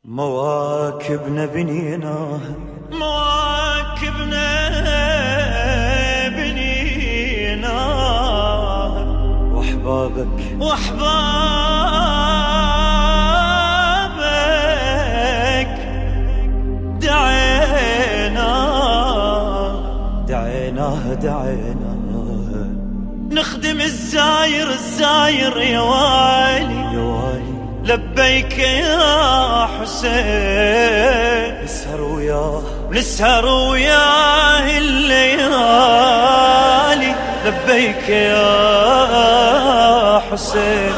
مواكبنا بنيناها مواكبنا بنيناها واحبابك دعيناها نخدم الزاير يا والي لبيك يا حسين نسهر وياه الليالي لبيك يا حسين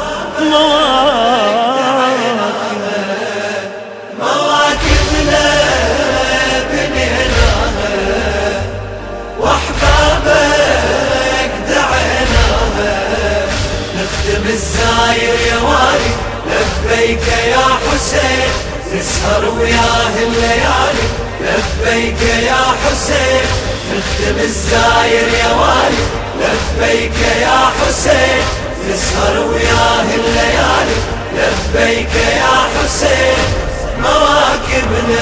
مواكبنا بنيناها واحبابك دعيناها نخدم الزاير يا والي لبيك يا حسين نسهر وياه الليالي لبيك يا حسين نخدم الزاير يا والي لبيك يا حسين نسهر وياه الليالي لبيك يا حسين مواكبنا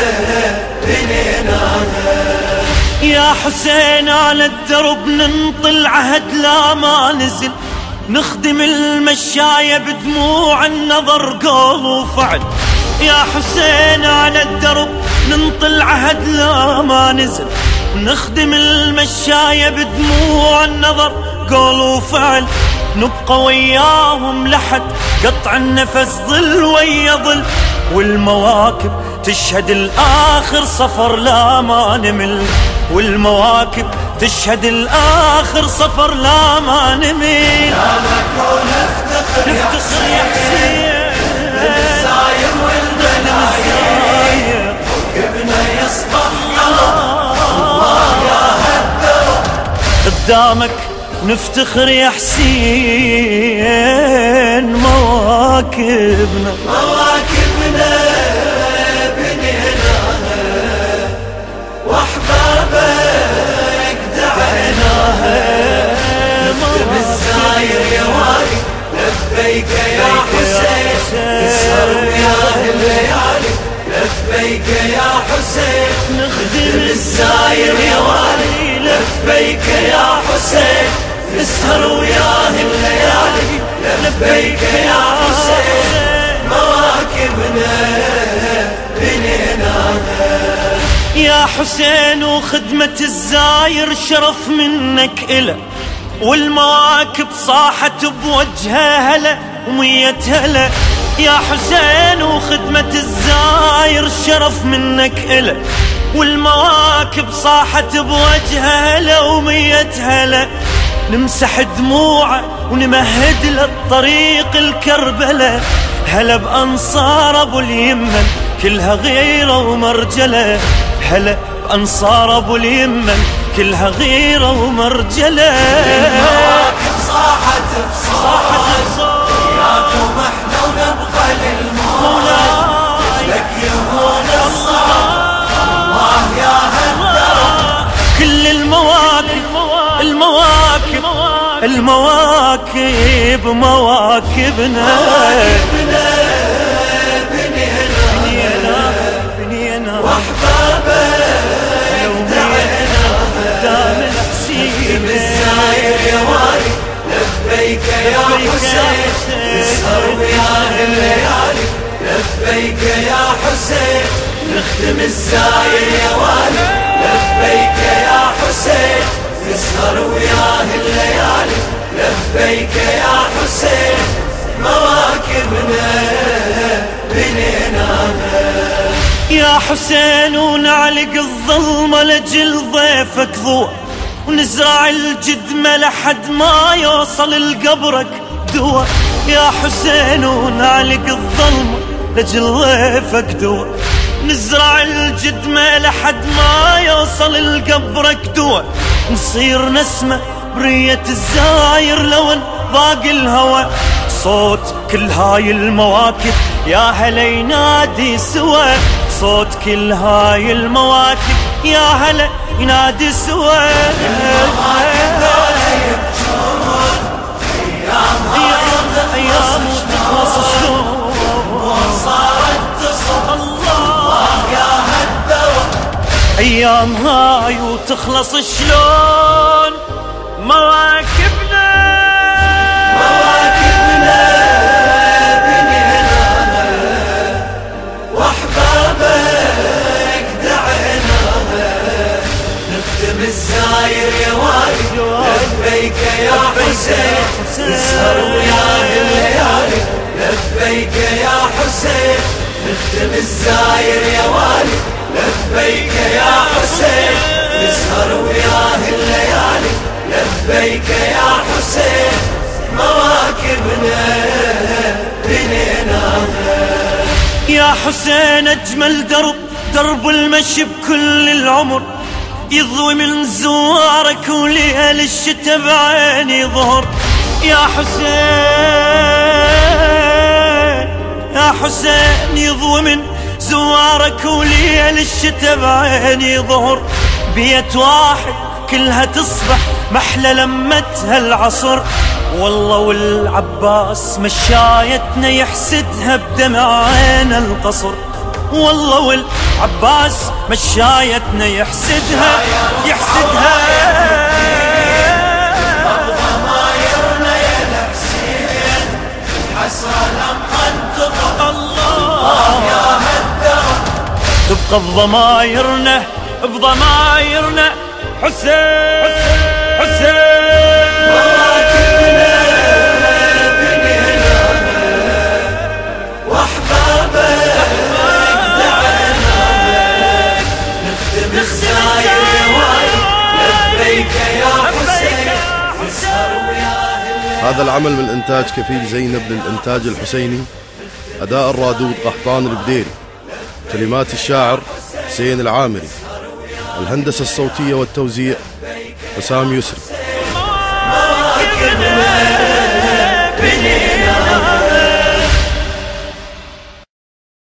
بنيناها يا حسين على الدرب ننطل عهد لا ما نزل نخدم المشاية بدموع النظر قول وفعل يا حسين على الدرب ننطل عهد لا ما نزل نخدم المشاية بدموع النظر قول وفعل نبقى وياهم لحد قطع النفس ظل ويا ظل والمواكب تشهد الآخر صفر لا ما نمل والمواكب تشهد الآخر صفر لا ما نمل لا نكون نفتخر يا حسين بالزاير والملايين وقبنا يصبح الله يا هالدرب قدامك نفتخر يا حسين مواكبنا بنيناها واحبابك دعيناها نخدم الزاير يا والي لبيك يا حسين نسهر وياه الليالي لبيك يا حسين نخدم الزاير يا والي لبيك يا حسين نسهر وياه الليالي لبيك يا حسين مواكبنا بنيناها يا حسين وخدمة الزاير شرف منك إله والمواكب صاحت بوجهها هلا ومية هلا يا حسين وخدمة الزاير شرف منك إله والمواكب صاحت بوجهها هلا ومية هلا نمسح دموعه ونمهد للطريق الكربلة هلا بأنصار أبو اليمن كلها غيرة ومرجلة هلا بأنصار أبو اليمن كلها غيرة ومرجلة المواكب صاحت بصوت وياكم احنا ونبقى للموت لك يهون الصعب الله يا هالدرب كل المواكب مواكبنا بنينا واحبابك دعيناها نخدم الزاير يا والي لبيك يا حسين نسهر وياه الليالي لبيك يا حسين نخدم الزاير يا والي لبيك يا حسين نسهر وياه الليالي لبيك يا حسين مواكبنا بنيناها يا حسين ونعلق الظلمة لجل ضيفك ضوء ونزرع الجدمة لحد ما يوصل لقبرك دوا يا حسين ونعلق الظلمة لجل ضيفك دوا نزرع الجدمة لحد ما يوصل لقبرك دوا نصير نسمة برية الزاير لو ضاق الهوى صوت كل هاي المواكب يا هلا ينادي سوا صوت كل هاي المواكب يا هلا ينادي سوا المواكب ذولا يبجون ايام تخلص شلون صارت تصب الايام هاي وتخلص شلون مواكبنا بنيناها واحبابك دعيناها نختم الزاير يا والي لبيك يا حسين نسهر وياه الليالي لبيك يا حسين نختم الزاير يا والي لبيك يا حسين نسهر وياه الليالي لبيك يا حسين مواكبنا بنيناها يا حسين اجمل درب المشي بكل العمر يضوي من زوارك وليل الشتا بعيني ظهر يا حسين يضوي من زوارك وليل الشتا بعيني ظهر بيت واحد كلها تصبح محلى لمتها العصر والله والعباس مشايتنا يحسدها بدمع عين القصر والله والعباس مشايتنا يحسدها ضمايرنا يا الحسين حسرة لمحا تبقى الله يا هالدرب تبقى بضمايرنا حسين مواكبنا بنيناها واحبابك دعيناها نختم الزاير يا والي لبيك يا حسين نسهر وياه. هذا العمل من إنتاج كفيل زينب للإنتاج الحسيني. أداء الرادود قحطان البديري. كلمات الشاعر حسين العامري. الهندسة الصوتية والتوزيع حسام يسري.